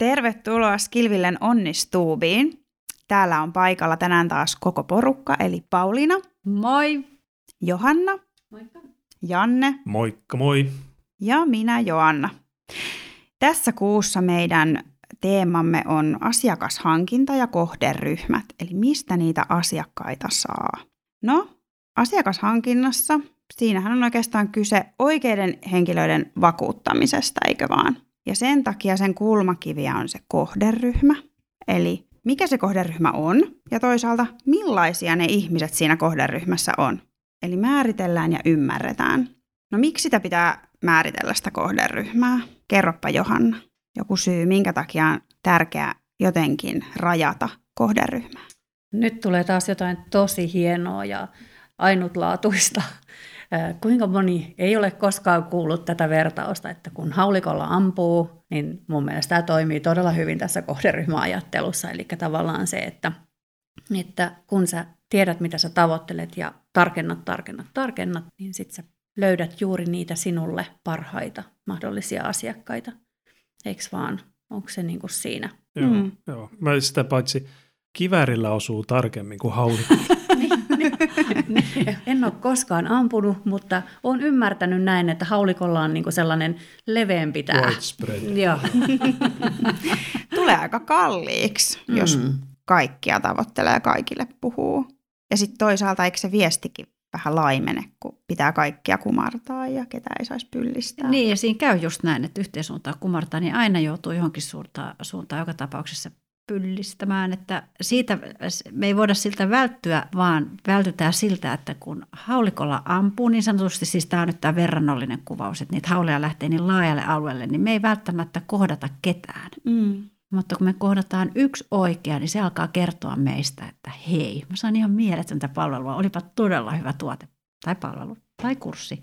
Tervetuloa Skillvillen Onnistuubiin. Täällä on paikalla tänään taas koko porukka, eli Pauliina. Moi. Johanna. Moikka. Janne. Moikka moi. Ja minä Joanna. Tässä kuussa meidän teemamme on asiakashankinta ja kohderyhmät, eli mistä niitä asiakkaita saa. No, asiakashankinnassa, siinähän on oikeastaan kyse oikeiden henkilöiden vakuuttamisesta, eikö vaan? Ja sen takia sen kulmakiviä on se kohderyhmä, eli mikä se kohderyhmä on ja toisaalta millaisia ne ihmiset siinä kohderyhmässä on. Eli määritellään ja ymmärretään. No miksi sitä pitää määritellä sitä kohderyhmää? Kerropa Johanna, joku syy, minkä takia on tärkeää jotenkin rajata kohderyhmää. Nyt tulee taas jotain tosi hienoa ja ainutlaatuista. Kuinka moni ei ole koskaan kuullut tätä vertausta, että kun haulikolla ampuu, niin mun mielestä tämä toimii todella hyvin tässä kohderyhmäajattelussa. Eli tavallaan se, että kun sä tiedät, mitä sä tavoittelet ja tarkennat, niin sit sä löydät juuri niitä sinulle parhaita mahdollisia asiakkaita. Eiks vaan? Onko se niin kuin siinä? Joo. Mä sitä paitsi kiväärillä osuu tarkemmin kuin haulikolla. En ole koskaan ampunut, mutta olen ymmärtänyt näin, että haulikolla on niinku sellainen leveämpi tää. Widespread. Joo. Tulee aika kalliiksi, jos kaikkia tavoittelee ja kaikille puhuu. Ja sitten toisaalta eikö se viestikin vähän laimene, kun pitää kaikkia kumartaa ja ketä ei saisi pyllistää. Niin, ja siinä käy just näin, että yhteen suuntaan kumartaa, niin aina joutuu johonkin suuntaan joka tapauksessa pyllistämään, että siitä me ei voida siltä välttyä, vaan vältytään siltä, että kun haulikolla ampuu, niin sanotusti siis tämä on nyt tämä verrannollinen kuvaus, että niitä hauleja lähtee niin laajalle alueelle, niin me ei välttämättä kohdata ketään. Mutta kun me kohdataan yksi oikea, niin se alkaa kertoa meistä, että hei, mä saan ihan mieletöntä palvelua, olipa todella hyvä tuote tai palvelu tai kurssi.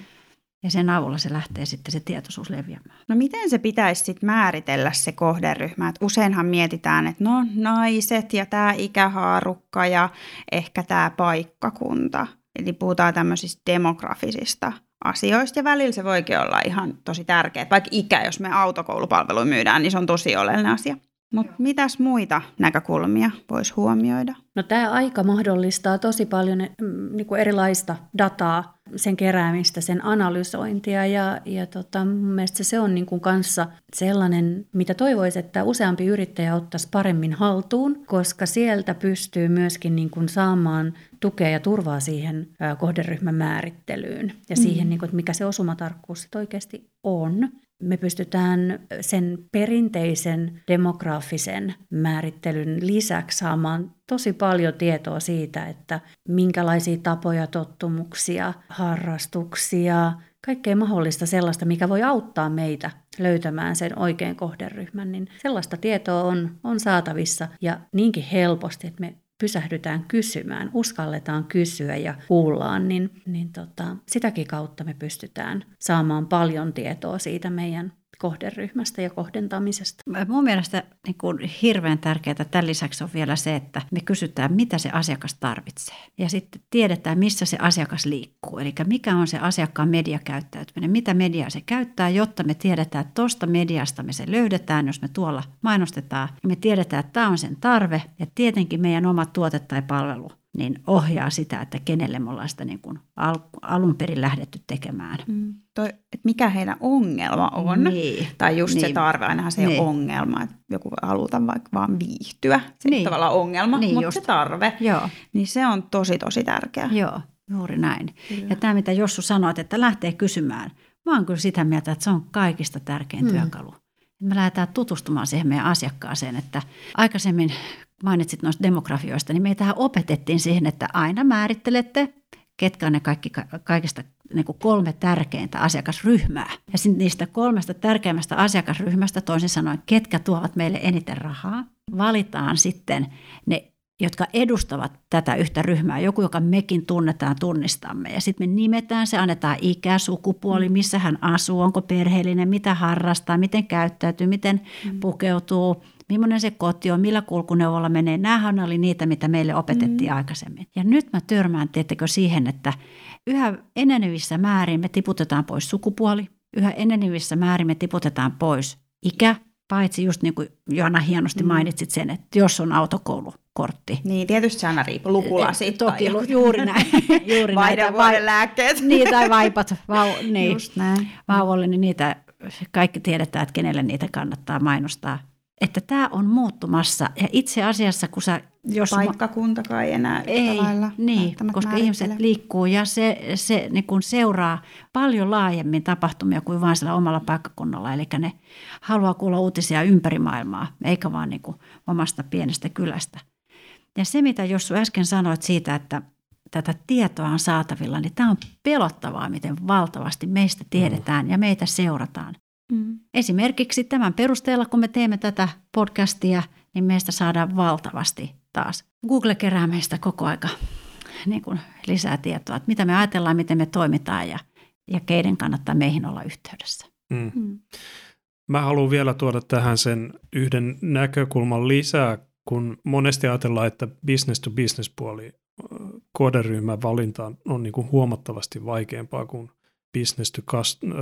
Ja sen avulla se lähtee sitten se tietoisuus leviämään. No miten se pitäisi sitten määritellä se kohderyhmä? Et useinhan mietitään, että no naiset ja tämä ikähaarukka ja ehkä tämä paikkakunta. Eli puhutaan tämmöisistä demografisista asioista ja välillä se voikin olla ihan tosi tärkeää. Vaikka ikä, jos me autokoulupalveluja myydään, niin se on tosi oleellinen asia. Mutta mitäs muita näkökulmia voisi huomioida? No tämä aika mahdollistaa tosi paljon erilaista dataa, sen keräämistä, sen analysointia ja mun mielestä se on kanssa sellainen, mitä toivoisi, että useampi yrittäjä ottaisi paremmin haltuun, koska sieltä pystyy myöskin saamaan tukea ja turvaa siihen kohderyhmän määrittelyyn ja siihen, että mikä se osumatarkkuus sitten oikeasti on. Me pystytään sen perinteisen demografisen määrittelyn lisäksi saamaan tosi paljon tietoa siitä, että minkälaisia tapoja, tottumuksia, harrastuksia, kaikkea mahdollista sellaista, mikä voi auttaa meitä löytämään sen oikean kohderyhmän, niin sellaista tietoa on saatavissa ja niinkin helposti, että me pysähdytään kysymään, uskalletaan kysyä ja kuullaan, niin sitäkin kautta me pystytään saamaan paljon tietoa siitä meidän kohderyhmästä ja kohdentamisesta. Mun mielestä hirveän tärkeää tämän lisäksi on vielä se, että me kysytään, mitä se asiakas tarvitsee. Ja sitten tiedetään, missä se asiakas liikkuu. Eli mikä on se asiakkaan mediakäyttäytyminen, mitä mediaa se käyttää, jotta me tiedetään, että tuosta mediasta me se löydetään, jos me tuolla mainostetaan. Me tiedetään, että tämä on sen tarve ja tietenkin meidän oma tuote tai palvelu niin ohjaa sitä, että kenelle me ollaan sitä alun perin lähdetty tekemään. Että mikä heidän ongelma on, tai just se tarve, ainahan se ei ole ongelma, että joku voi haluta vaikka vaan viihtyä, se ei tavallaan ongelma, mutta just se tarve, niin se on tosi tosi tärkeä. Joo, juuri näin. Kyllä. Ja tämä, mitä Jossu sanoit, että lähtee kysymään, mä oon kyllä sitä mieltä, että se on kaikista tärkein työkalu. Me lähdetään tutustumaan siihen meidän asiakkaaseen, että aikaisemmin mainitsit noista demografioista, niin meitähän opetettiin siihen, että aina määrittelette, ketkä on ne kaikista 3 tärkeintä asiakasryhmää. Ja niistä 3 tärkeimmästä asiakasryhmästä, toisin sanoen, ketkä tuovat meille eniten rahaa, valitaan sitten ne, jotka edustavat tätä yhtä ryhmää. Joku, joka mekin tunnetaan, tunnistamme. Ja sitten me nimetään se, annetaan ikä, sukupuoli, missä hän asuu, onko perheellinen, mitä harrastaa, miten käyttäytyy, miten pukeutuu, millainen se koti on, millä kulkuneuvolla menee. Nämähän oli niitä, mitä meille opetettiin aikaisemmin. Ja nyt mä törmään, teettekö siihen, että yhä enenevissä määrin me tiputetaan pois sukupuoli, yhä enenevissä määrin me tiputetaan pois ikä Paitsi just niin kuin Johanna hienosti mainitsit sen, että jos on autokoulukortti. Niin, tietysti se aina riippuu lukulasit. Toki, juuri näin. Vaihdevuoden lääkkeet. Niin, tai vaipat. Niin. Just näin. Vauvolle, niin niitä kaikki tiedetään, että kenelle niitä kannattaa mainostaa. Että tämä on muuttumassa. Ja itse asiassa, kun sä... Paikkakuntakaan ei enää yhtä lailla. Niin, koska ihmiset liikkuu ja se niin kun seuraa paljon laajemmin tapahtumia kuin vain sillä omalla paikkakunnalla. Eli ne haluaa kuulla uutisia ympäri maailmaa, eikä vaan niin kuin omasta pienestä kylästä. Ja se, mitä Jossu äsken sanoit siitä, että tätä tietoa on saatavilla, niin tämä on pelottavaa, miten valtavasti meistä tiedetään ja meitä seurataan. Esimerkiksi tämän perusteella, kun me teemme tätä podcastia, niin meistä saadaan valtavasti taas. Google kerää meistä koko aika niin kuin lisää tietoa, että mitä me ajatellaan, miten me toimitaan ja keiden kannattaa meihin olla yhteydessä. Mä haluan vielä tuoda tähän sen yhden näkökulman lisää, kun monesti ajatellaan, että business to business puoli kohderyhmän valinta on niin kuin huomattavasti vaikeampaa kuin business to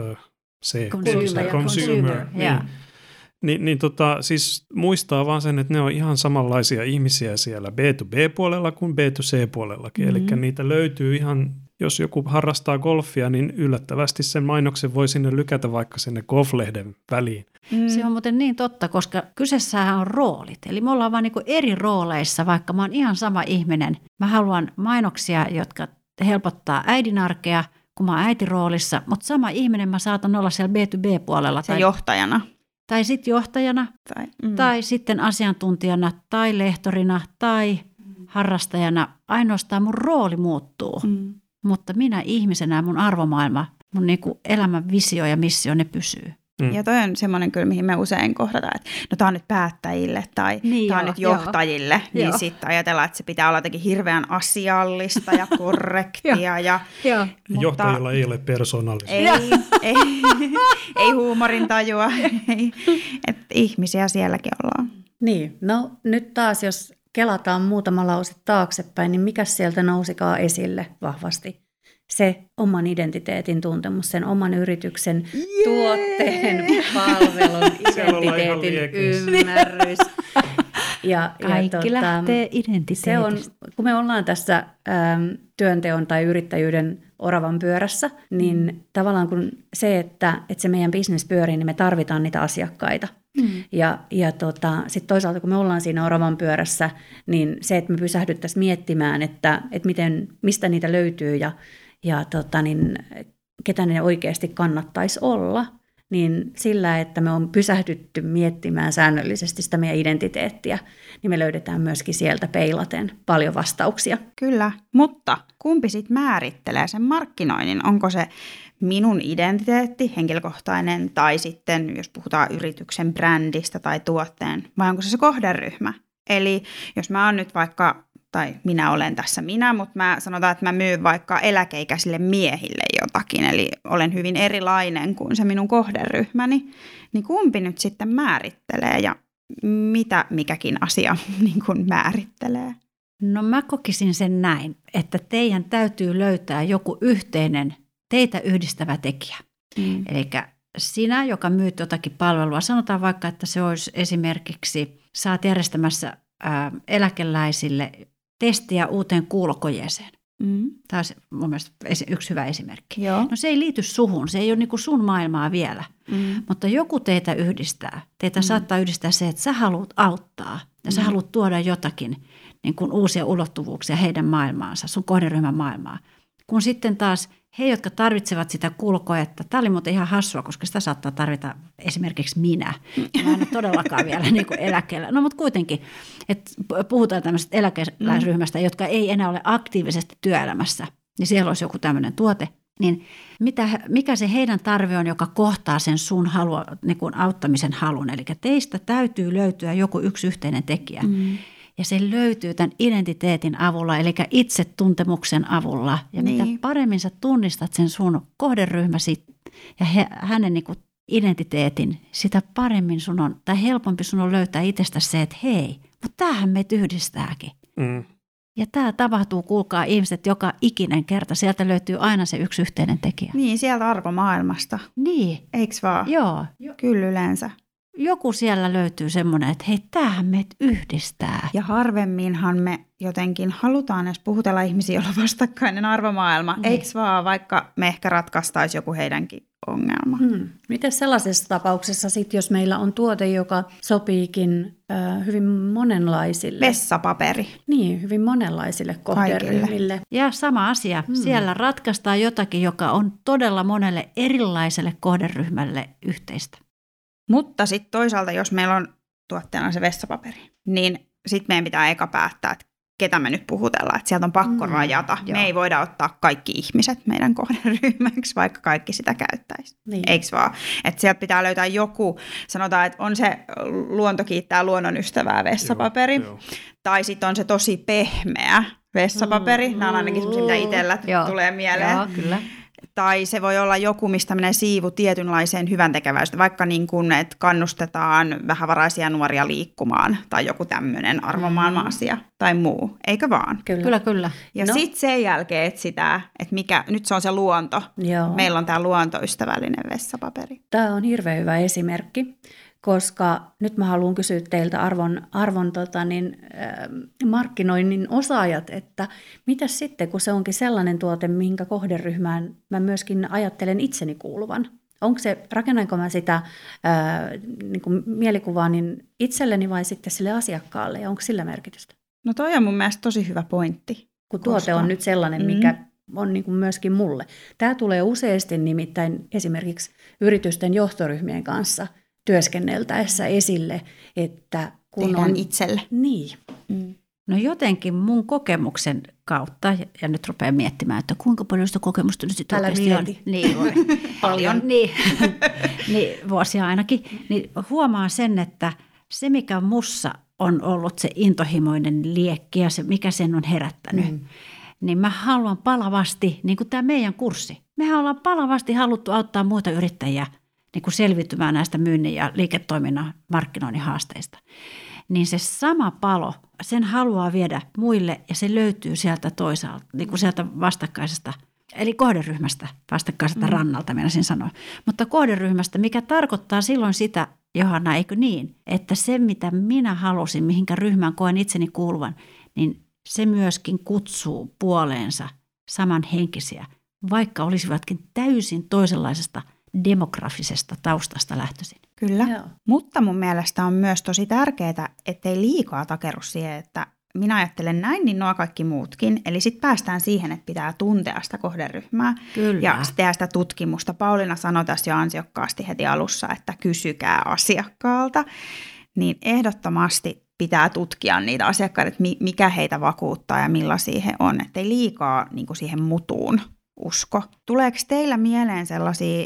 consumer. Niin, siis muistaa vaan sen, että ne on ihan samanlaisia ihmisiä siellä B2B-puolella kuin B2C-puolellakin. Eli niitä löytyy ihan, jos joku harrastaa golfia, niin yllättävästi sen mainoksen voi sinne lykätä vaikka sinne golflehden väliin. Se on muuten niin totta, koska kyseessähän on roolit. Eli me ollaan vaan niin kuin eri rooleissa, vaikka mä oon ihan sama ihminen. Mä haluan mainoksia, jotka helpottaa äidin arkea, kun mä oon äitiroolissa, mutta sama ihminen mä saatan olla siellä B2B-puolella. Se johtajana. Tai sitten johtajana, tai sitten asiantuntijana, tai lehtorina, tai harrastajana. Ainoastaan mun rooli muuttuu, mutta minä ihmisenä, mun arvomaailma, mun niinku elämän visio ja missio, ne pysyy. Ja toi on semmoinen kyllä, mihin me usein kohdataan, että no tää on nyt päättäjille tai tää on nyt johtajille, niin sitten ajatellaan, että se pitää olla jotenkin hirveän asiallista ja korrektia. Mutta johtajilla ei ole persoonallisuutta. Ei huumorintajua, että ihmisiä sielläkin ollaan. Niin, no nyt taas jos kelataan muutama lause taaksepäin, niin mikä sieltä nousikaan esille vahvasti? Se oman identiteetin tuntemus, sen oman yrityksen, tuotteen, palvelun, identiteetin ymmärrys. Kaikki lähtee identiteetistä. Kun me ollaan tässä työnteon tai yrittäjyyden oravan pyörässä, niin tavallaan kun se, että se meidän business pyörii, niin me tarvitaan niitä asiakkaita. Ja sitten toisaalta, kun me ollaan siinä oravan pyörässä, niin se, että me pysähdyttäisiin miettimään, että mistä niitä löytyy ja ketä ne oikeasti kannattaisi olla, niin sillä, että me on pysähdytty miettimään säännöllisesti sitä meidän identiteettiä, niin me löydetään myöskin sieltä peilaten paljon vastauksia. Kyllä, mutta kumpi sitten määrittelee sen markkinoinnin? Onko se minun identiteetti, henkilökohtainen, tai sitten jos puhutaan yrityksen brändistä tai tuotteen, vai onko se kohderyhmä? Eli jos mä oon nyt vaikka, tai minä olen tässä mutta sanotaan, että mä myyn vaikka eläkeikäisille miehille jotakin, eli olen hyvin erilainen kuin se minun kohderyhmäni, niin kumpi nyt sitten määrittelee ja mitä mikäkin asia niin kuin määrittelee? No mä kokisin sen näin, että teidän täytyy löytää joku yhteinen teitä yhdistävä tekijä. Eli sinä, joka myyt jotakin palvelua, sanotaan vaikka, että se olisi esimerkiksi, saat järjestämässä eläkeläisille testiä uuteen kuulokojeeseen. Tämä olisi mun mielestä yksi hyvä esimerkki. Joo. No se ei liity suhun, se ei ole niin kuin sun maailmaa vielä, mutta joku teitä yhdistää. Teitä saattaa yhdistää se, että sä haluat auttaa ja sä haluat tuoda jotakin niin kuin uusia ulottuvuuksia heidän maailmaansa, sun kohderyhmän maailmaa. Kun sitten taas he, jotka tarvitsevat sitä kuulokojetta, tämä oli muuten ihan hassua, koska sitä saattaa tarvita esimerkiksi minä. Mä en ole todellakaan vielä niin kuin eläkkeellä. No mutta kuitenkin, että puhutaan tämmöisestä eläkeläisryhmästä, jotka ei enää ole aktiivisesti työelämässä, niin siellä olisi joku tämmöinen tuote. Niin mikä se heidän tarve on, joka kohtaa sen sun niin kuin auttamisen halun? Eli teistä täytyy löytyä joku yksi yhteinen tekijä. Ja se löytyy tämän identiteetin avulla, eli itsetuntemuksen avulla. Ja mitä paremmin sä tunnistat sen sun kohderyhmäsi ja hänen niin kuin identiteetin, sitä paremmin sun on, tai helpompi sun on löytää itsestäsi se, että hei, mutta tämähän meitä yhdistääkin. Ja tämä tapahtuu, kuulkaa ihmiset, joka ikinen kerta. Sieltä löytyy aina se yksi yhteinen tekijä. Niin, sieltä arvomaailmasta. Niin. Eiks vaan? Joo. Kyllä yleensä. joku siellä löytyy semmoinen, että hei, tämähän meitä yhdistää. Ja harvemminhan me jotenkin halutaan edes puhutella ihmisiä, joilla on vastakkainen arvomaailma. Eikö vaan, vaikka me ehkä ratkaistaisi joku heidänkin ongelma. Miten sellaisessa tapauksessa sitten, jos meillä on tuote, joka sopiikin hyvin monenlaisille? Vessapaperi. Niin, hyvin monenlaisille kohderyhmille. Ja sama asia. Siellä ratkaistaan jotakin, joka on todella monelle erilaiselle kohderyhmälle yhteistä. Mutta sitten toisaalta, jos meillä on tuotteena se vessapaperi, niin sitten meidän pitää eka päättää, että ketä me nyt puhutellaan. Että sieltä on pakko rajata. Joo. Me ei voida ottaa kaikki ihmiset meidän kohderyhmäksi, vaikka kaikki sitä käyttäisi. Niin. Eikö vaan? Että sieltä pitää löytää joku, sanotaan, että on se luonto kiittää luonnonystävää vessapaperi. Joo. Tai sitten on se tosi pehmeä vessapaperi. Nämä on ainakin sellaisia, mitä itsellä tulee mieleen. Joo, kyllä. Tai se voi olla joku, mistä menee siivu tietynlaiseen hyväntekeväisyyteen, vaikka niin kuin, että kannustetaan vähävaraisia nuoria liikkumaan tai joku tämmöinen arvomaailma-asia tai muu, eikö vaan? Kyllä. Ja sitten sen jälkeen etsitään, että nyt se on se luonto. Joo. Meillä on tämä luontoystävällinen vessapaperi. Tämä on hirveän hyvä esimerkki, koska nyt mä haluan kysyä teiltä arvon markkinoinnin osaajat, että mitä sitten, kun se onkin sellainen tuote, minkä kohderyhmään mä myöskin ajattelen itseni kuuluvan? Rakennanko mä sitä niin kuin mielikuvaa niin itselleni vai sitten sille asiakkaalle, ja onko sillä merkitystä? No toi on mun mielestä tosi hyvä pointti. Kun tuote on nyt sellainen, mikä on niin kuin myöskin mulle. Tämä tulee useasti nimittäin esimerkiksi yritysten johtoryhmien kanssa työskenneltäessä esille, että kun tehdään on itselle. Niin. No jotenkin mun kokemuksen kautta, ja nyt rupean miettimään, että kuinka paljon sitä kokemusta nyt sitten oikeasti on. Niin, paljon. niin, vuosia ainakin. Niin huomaan sen, että se mikä mussa on ollut se intohimoinen liekki ja se mikä sen on herättänyt, niin mä haluan palavasti, niin kuin tämä meidän kurssi, mehän ollaan palavasti haluttu auttaa muita yrittäjiä niin kuin selviytymään näistä myynnin ja liiketoiminnan markkinoinnin haasteista. Niin se sama palo, sen haluaa viedä muille ja se löytyy sieltä toisaalta, niin kuin sieltä vastakkaisesta, eli kohderyhmästä, vastakkaisesta rannalta, meinasin sanoa. Mutta kohderyhmästä, mikä tarkoittaa silloin sitä, Johanna, eikö niin, että se mitä minä halusin, mihinkä ryhmään koen itseni kuuluvan, niin se myöskin kutsuu puoleensa samanhenkisiä, vaikka olisivatkin täysin toisenlaisesta demografisesta taustasta lähtöisin. Kyllä, Joo. mutta mun mielestä on myös tosi tärkeää, ettei liikaa takerru siihen, että minä ajattelen näin, niin nuo kaikki muutkin. Eli sitten päästään siihen, että pitää tuntea sitä kohderyhmää Kyllä. ja tehdä sitä tutkimusta. Pauliina sanoi tässä jo ansiokkaasti heti alussa, että kysykää asiakkaalta. Niin ehdottomasti pitää tutkia niitä asiakkaita, että mikä heitä vakuuttaa ja millaisia he on. Että ei liikaa niin kuin siihen mutuun usko. Tuleeko teillä mieleen sellaisia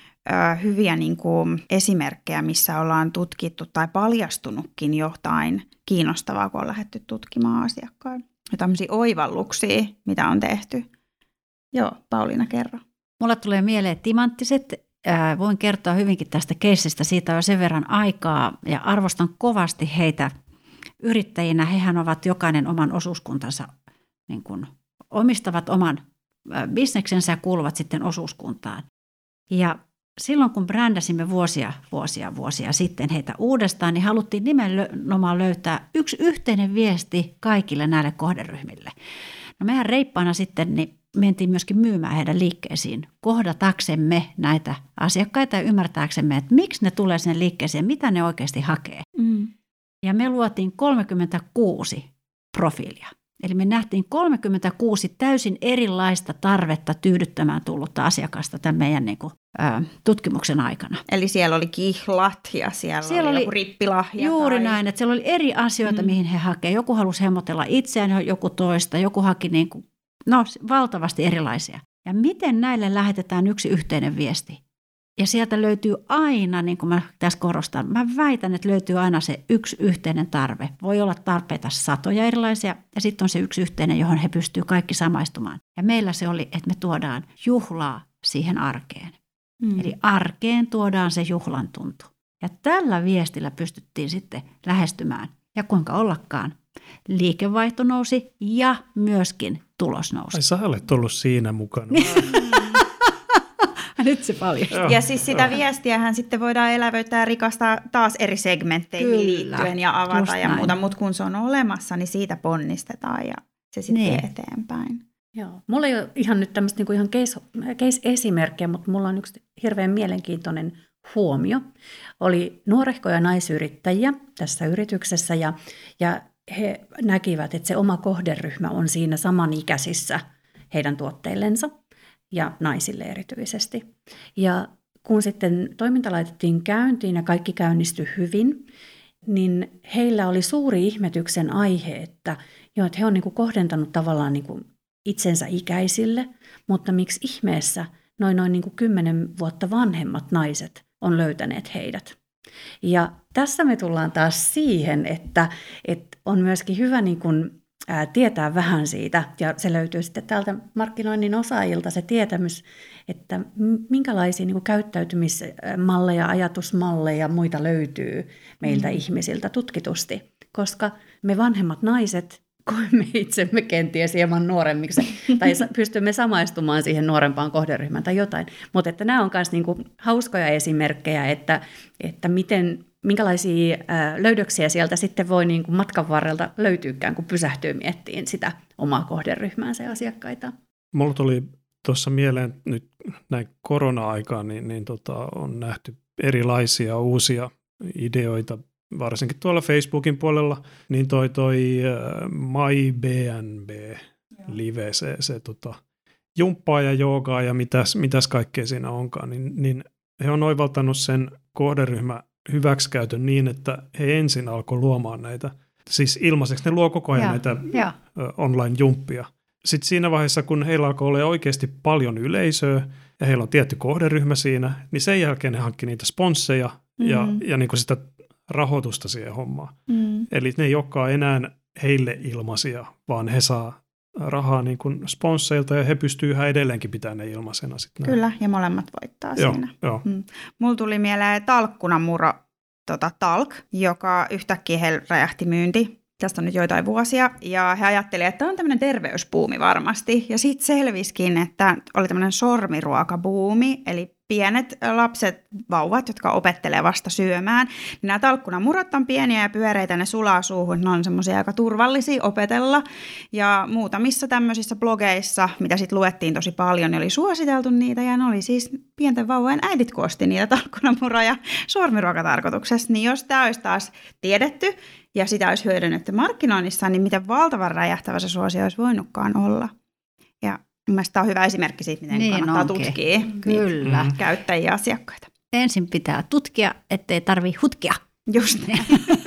hyviä niin kuin esimerkkejä, missä ollaan tutkittu tai paljastunutkin jotain kiinnostavaa, kun on lähdetty tutkimaan asiakkaan? Ja tämmöisiä oivalluksia, mitä on tehty. Joo, Pauliina, kerro. Mulla tulee mieleen timanttiset. Voin kertoa hyvinkin tästä keissistä, siitä on jo sen verran aikaa ja arvostan kovasti heitä yrittäjinä. Hehän ovat jokainen oman osuuskuntansa, niin kuin omistavat oman bisneksensä ja kuuluvat sitten osuuskuntaan. Ja silloin kun brändäsimme vuosia sitten heitä uudestaan, niin haluttiin nimenomaan löytää yksi yhteinen viesti kaikille näille kohderyhmille. No mehän reippaana sitten niin mentiin myöskin myymään heidän liikkeisiin, kohdataksemme näitä asiakkaita ja ymmärtääksemme, että miksi ne tulee sinne liikkeeseen, mitä ne oikeasti hakee. Ja me luotiin 36 profiilia. Eli me nähtiin 36 täysin erilaista tarvetta tyydyttämään tullutta asiakasta tämän meidän tutkimuksen aikana. Eli siellä oli kihlat ja siellä oli joku rippilahja. Juuri näin, että siellä oli eri asioita, mihin he hakevat. Joku halusi hemmotella itseään, joku toista, joku haki valtavasti erilaisia. Ja miten näille lähetetään yksi yhteinen viesti? Ja sieltä löytyy aina, niin kuin mä tässä korostan, mä väitän, että löytyy aina se yksi yhteinen tarve. Voi olla tarpeita satoja erilaisia ja sitten on se yksi yhteinen, johon he pystyvät kaikki samaistumaan. Ja meillä se oli, että me tuodaan juhlaa siihen arkeen. Eli arkeen tuodaan se juhlan tuntu. Ja tällä viestillä pystyttiin sitten lähestymään. Ja kuinka ollakaan, liikevaihto nousi ja myöskin tulos nousi. Ai sä olet ollut siinä mukana. Nyt se paljastuu. Ja siis sitä viestiähän sitten voidaan elävöittää ja rikastaa taas eri segmentteihin liittyen ja avata ja muuta, mutta kun se on olemassa, niin siitä ponnistetaan ja se sitten vie eteenpäin. Joo. Mulla ei ole ihan nyt tämmöistä niinku ihan case-esimerkkiä, mutta mulla on yksi hirveän mielenkiintoinen huomio. Oli nuorehkoja naisyrittäjiä tässä yrityksessä ja he näkivät, että se oma kohderyhmä on siinä samanikäisissä heidän tuotteillensa ja naisille erityisesti. Ja kun sitten toiminta laitettiin käyntiin ja kaikki käynnistyi hyvin, niin heillä oli suuri ihmetyksen aihe, että he on niinku kohdentanut tavallaan niinku itsensä ikäisille, mutta miksi ihmeessä noin niinku 10 vuotta vanhemmat naiset on löytäneet heidät. Ja tässä me tullaan taas siihen, että on myöskin hyvä niin kuin tietää vähän siitä, ja se löytyy sitten täältä markkinoinnin osaajilta se tietämys, että minkälaisia niin kuin käyttäytymismalleja, ajatusmalleja ja muita löytyy meiltä ihmisiltä tutkitusti, koska me vanhemmat naiset koemme itsemme kenties hieman nuoremmiksi, tai pystymme samaistumaan siihen nuorempaan kohderyhmään tai jotain. Mutta että nämä on myös niinku hauskoja esimerkkejä, että minkälaisia löydöksiä sieltä sitten voi niinku matkan varrelta löytyykään, kun pysähtyy miettimään sitä omaa kohderyhmäänsä ja asiakkaita. Mulla tuli tuossa mieleen nyt näin korona-aikaan, niin on nähty erilaisia uusia ideoita, varsinkin tuolla Facebookin puolella, niin toi MyBNB live, se jumppaa ja joogaa ja mitäs kaikkea siinä onkaan, niin he on oivaltanut sen kohderyhmä hyväksikäytön niin, että he ensin alkoi luomaan näitä, siis ilmaiseksi ne luo koko ajan näitä online-jumppia. Sitten siinä vaiheessa, kun heillä alkoi olla oikeasti paljon yleisöä ja heillä on tietty kohderyhmä siinä, niin sen jälkeen he hankki niitä sponsseja ja niin kuin sitä rahoitusta siihen hommaan. Eli ne ei olekaan enää heille ilmaisia, vaan he saa rahaa niin kuin sponsseilta ja he pystyy yhä edelleenkin pitämään ne ilmaisena. Kyllä, ja molemmat voittaa siinä. Joo. Mulla tuli mieleen talkkunamuro Talk, joka yhtäkkiä heillä räjähti myynti. Tästä on nyt joitain vuosia, ja he ajattelivat, että tämä on tämmöinen terveysbuumi varmasti. Ja sitten selvisikin, että oli tämmöinen sormiruokabuumi, eli pienet lapset, vauvat, jotka opettelee vasta syömään. Niin nämä talkkunamurot on pieniä ja pyöreitä, ne sulaa suuhun, ne on semmoisia aika turvallisia opetella. Ja muutamissa tämmöisissä blogeissa, mitä sitten luettiin tosi paljon, niin oli suositeltu niitä, ja ne oli siis pienten vauvojen äidit koosti niitä talkkunamuroja sormiruokatarkoituksessa. Niin jos tämä olisi taas tiedetty, ja sitä olisi hyödynnetty markkinoinnissa, niin miten valtavan räjähtävä se suosio olisi voinutkaan olla. Ja mielestäni tämä on hyvä esimerkki siitä, miten niin kannattaa tutkia käyttäjiä ja asiakkaita. Ensin pitää tutkia, ettei tarvitse hutkia. Just niin.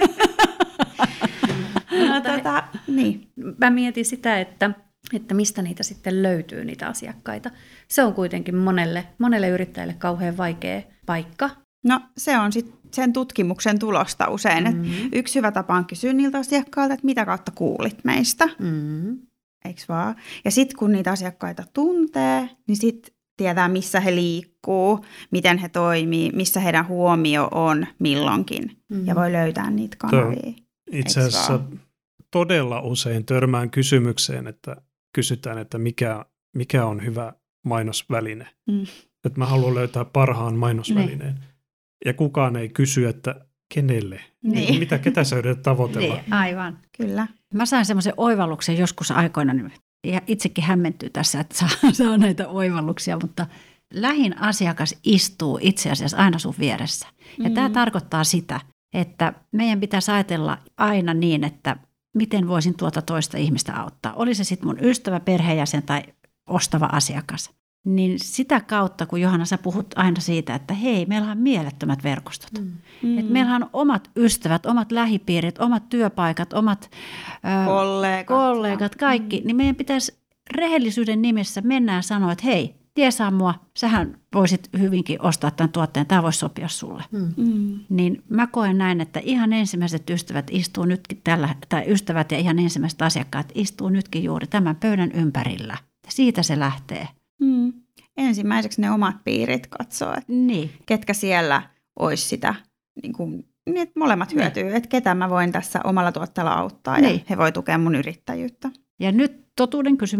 Niin. Mä mietin sitä, että mistä niitä sitten löytyy, niitä asiakkaita. Se on kuitenkin monelle yrittäjälle kauhean vaikea paikka. No se on sitten sen tutkimuksen tulosta usein. Että yksi hyvä tapa on kysyä niiltä asiakkailta, että mitä kautta kuulit meistä. Eikö vaan? Ja sitten kun niitä asiakkaita tuntee, niin sitten tietää, missä he liikkuu, miten he toimii, missä heidän huomio on milloinkin. Ja voi löytää niitä kanavia. Itse asiassa todella usein törmään kysymykseen, että kysytään, että mikä on hyvä mainosväline. Että mä haluan löytää parhaan mainosvälineen. Ja kukaan ei kysy, että kenelle? Niin. Ketä sä yrität tavoitella? Niin, aivan. Kyllä. Mä sain semmoisen oivalluksen joskus aikoina, ja itsekin hämmentyy tässä, että saa näitä oivalluksia, mutta lähin asiakas istuu itse asiassa aina sun vieressä. Ja tämä tarkoittaa sitä, että meidän pitäisi ajatella aina niin, että miten voisin tuota toista ihmistä auttaa. Oli se sitten mun ystävä, perheenjäsen tai ostava asiakas. Niin sitä kautta, kun Johanna, sä puhut aina siitä, että hei, meillä on mielettömät verkostot. Että meillä on omat ystävät, omat lähipiirit, omat työpaikat, omat kollegat kaikki. Niin meidän pitäisi rehellisyyden nimessä mennä ja sanoa, että hei, tiesaa mua, sähän voisit hyvinkin ostaa tämän tuotteen, tämä voisi sopia sulle. Niin mä koen näin, että ihan ensimmäiset ystävät istuu nytkin tai ystävät ja ihan ensimmäiset asiakkaat istuu nytkin juuri tämän pöydän ympärillä. Siitä se lähtee. Ensimmäiseksi ne omat piirit katsoo, että ketkä siellä olisi sitä, niin että molemmat hyötyy, että ketä mä voin tässä omalla tuotteella auttaa ja he voi tukea mun yrittäjyyttä. Ja nyt totuuden kysymys,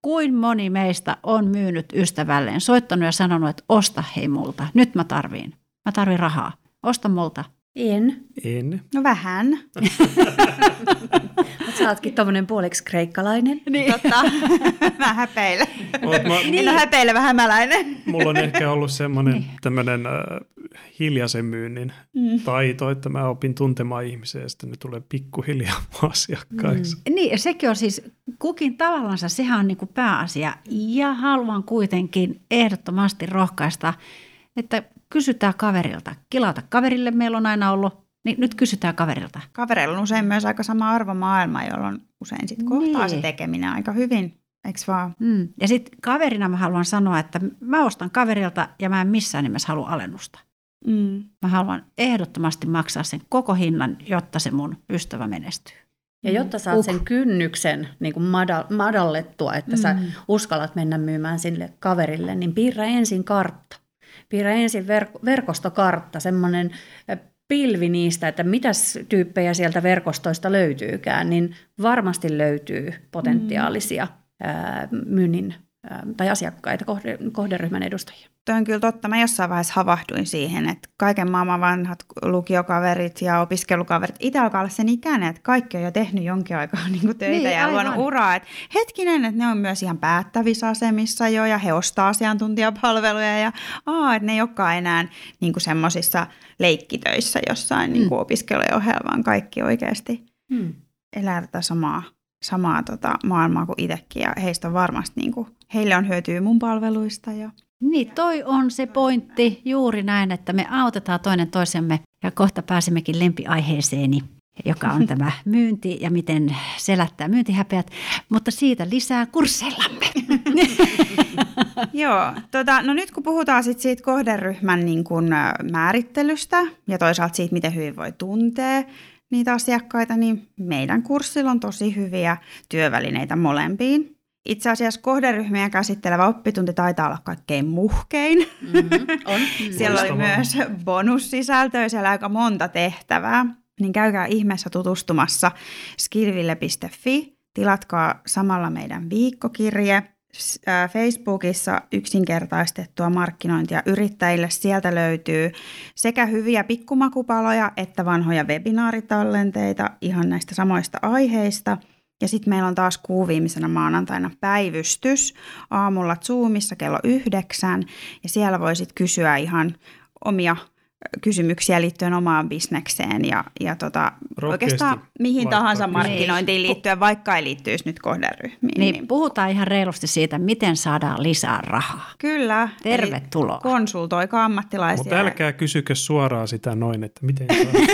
kuin moni meistä on myynyt ystävälleen, soittanut ja sanonut, että osta hei multa, nyt mä tarviin rahaa, osta multa. En. No vähän. Mutta sä ootkin tommonen puoliksi kreikkalainen. Niin. Totta. Mä häpeilen. En ole häpeilevä hämäläinen. Mulla on ehkä ollut semmoinen tämmöinen hiljaisen myynnin taito, että mä opin tuntemaan ihmisiä ja sitten ne tulee pikkuhiljaa asiakkaiksi. Niin, sekin on siis kukin tavallansa, sehän on niin kuin pääasia. Ja haluan kuitenkin ehdottomasti rohkaista, että kysytään kaverilta. Kilauta kaverille meillä on aina ollut, niin nyt kysytään kaverilta. Kavereilla on usein myös aika sama arvomaailma, jolloin usein sitten kohtaa se tekeminen aika hyvin, eikö vaan? Ja sitten kaverina mä haluan sanoa, että mä ostan kaverilta ja mä en missään nimessä halua alennusta. Mä haluan ehdottomasti maksaa sen koko hinnan, jotta se mun ystävä menestyy. Ja jotta saat sen kynnyksen niin kuin madallettua, että sä uskallat mennä myymään sille kaverille, niin piirrä ensin kartta. Piirrä ensin verkostokartta, semmoinen pilvi niistä, että mitäs tyyppejä sieltä verkostoista löytyykään, niin varmasti löytyy potentiaalisia myynnin tai asiakkaita, kohderyhmän edustajia. Tuo on kyllä totta. Mä jossain vaiheessa havahduin siihen, että kaiken maailman vanhat lukiokaverit ja opiskelukaverit, itse alkaa olla sen ikäinen, että kaikki on jo tehnyt jonkin aikaa niin kuin töitä ja luonut uraa. Että hetkinen, että ne on myös ihan päättävissä asemissa jo ja he ostaa asiantuntijapalveluja ja että ne ei olekaan enää niin kuin semmoisissa leikkitöissä jossain niin kuin opiskelujen ohella, vaan kaikki oikeasti elää tätä samaa maailmaa kuin itsekin ja heistä on varmasti, niin kuin, heille on hyötyä mun palveluista. Niin, toi on se pointti juuri näin, että me autetaan toinen toisemme ja kohta pääsemmekin lempiaiheeseeni, joka on tämä myynti ja miten selättää myyntihäpeät, mutta siitä lisää kursseillamme. Joo, no nyt kun puhutaan siitä kohderyhmän niin kuin määrittelystä ja toisaalta siitä, miten hyvin voi tuntea niitä asiakkaita, niin meidän kurssilla on tosi hyviä työvälineitä molempiin. Itse asiassa kohderyhmiä käsittelevä oppitunti taitaa olla kaikkein muhkein. On. Siellä oli myös bonussisältöä, siellä aika monta tehtävää. Niin käykää ihmeessä tutustumassa skillville.fi. Tilatkaa samalla meidän viikkokirje. Facebookissa yksinkertaistettua markkinointia yrittäjille. Sieltä löytyy sekä hyviä pikkumakupaloja että vanhoja webinaaritallenteita ihan näistä samoista aiheista. Ja sitten meillä on taas viimeisenä maanantaina päivystys aamulla Zoomissa kello 9. Ja siellä voisit kysyä ihan omia kysymyksiä liittyen omaan bisnekseen ja oikeastaan mihin tahansa markkinointiin liittyen, vaikka ei liittyisi nyt kohderyhmiin. Niin puhutaan ihan reilusti siitä, miten saadaan lisää rahaa. Kyllä. Tervetuloa. Konsultoikaa ammattilaisia. Mutta älkää kysykö suoraan sitä noin, että miten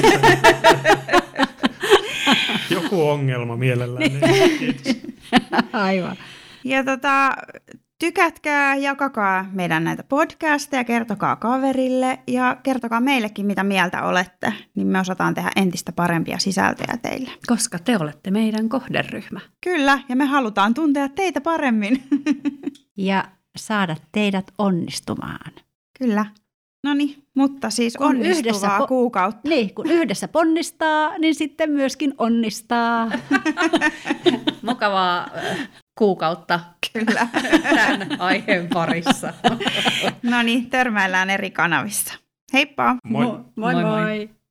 joku ongelma mielellään. Kiitos. Aivan. Ja tykätkää, jakakaa meidän näitä podcasteja, kertokaa kaverille ja kertokaa meillekin, mitä mieltä olette, niin me osataan tehdä entistä parempia sisältöjä teille. Koska te olette meidän kohderyhmä. Kyllä, ja me halutaan tuntea teitä paremmin. Ja saada teidät onnistumaan. Kyllä. Noniin, mutta siis kun onnistuvaa kuukautta. Niin, kun yhdessä ponnistaa, niin sitten myöskin onnistaa. Mukavaa kuukautta. Kyllä. Tämän aiheen parissa. Noniin, törmäillään eri kanavissa. Heippa! Moi. Moi moi!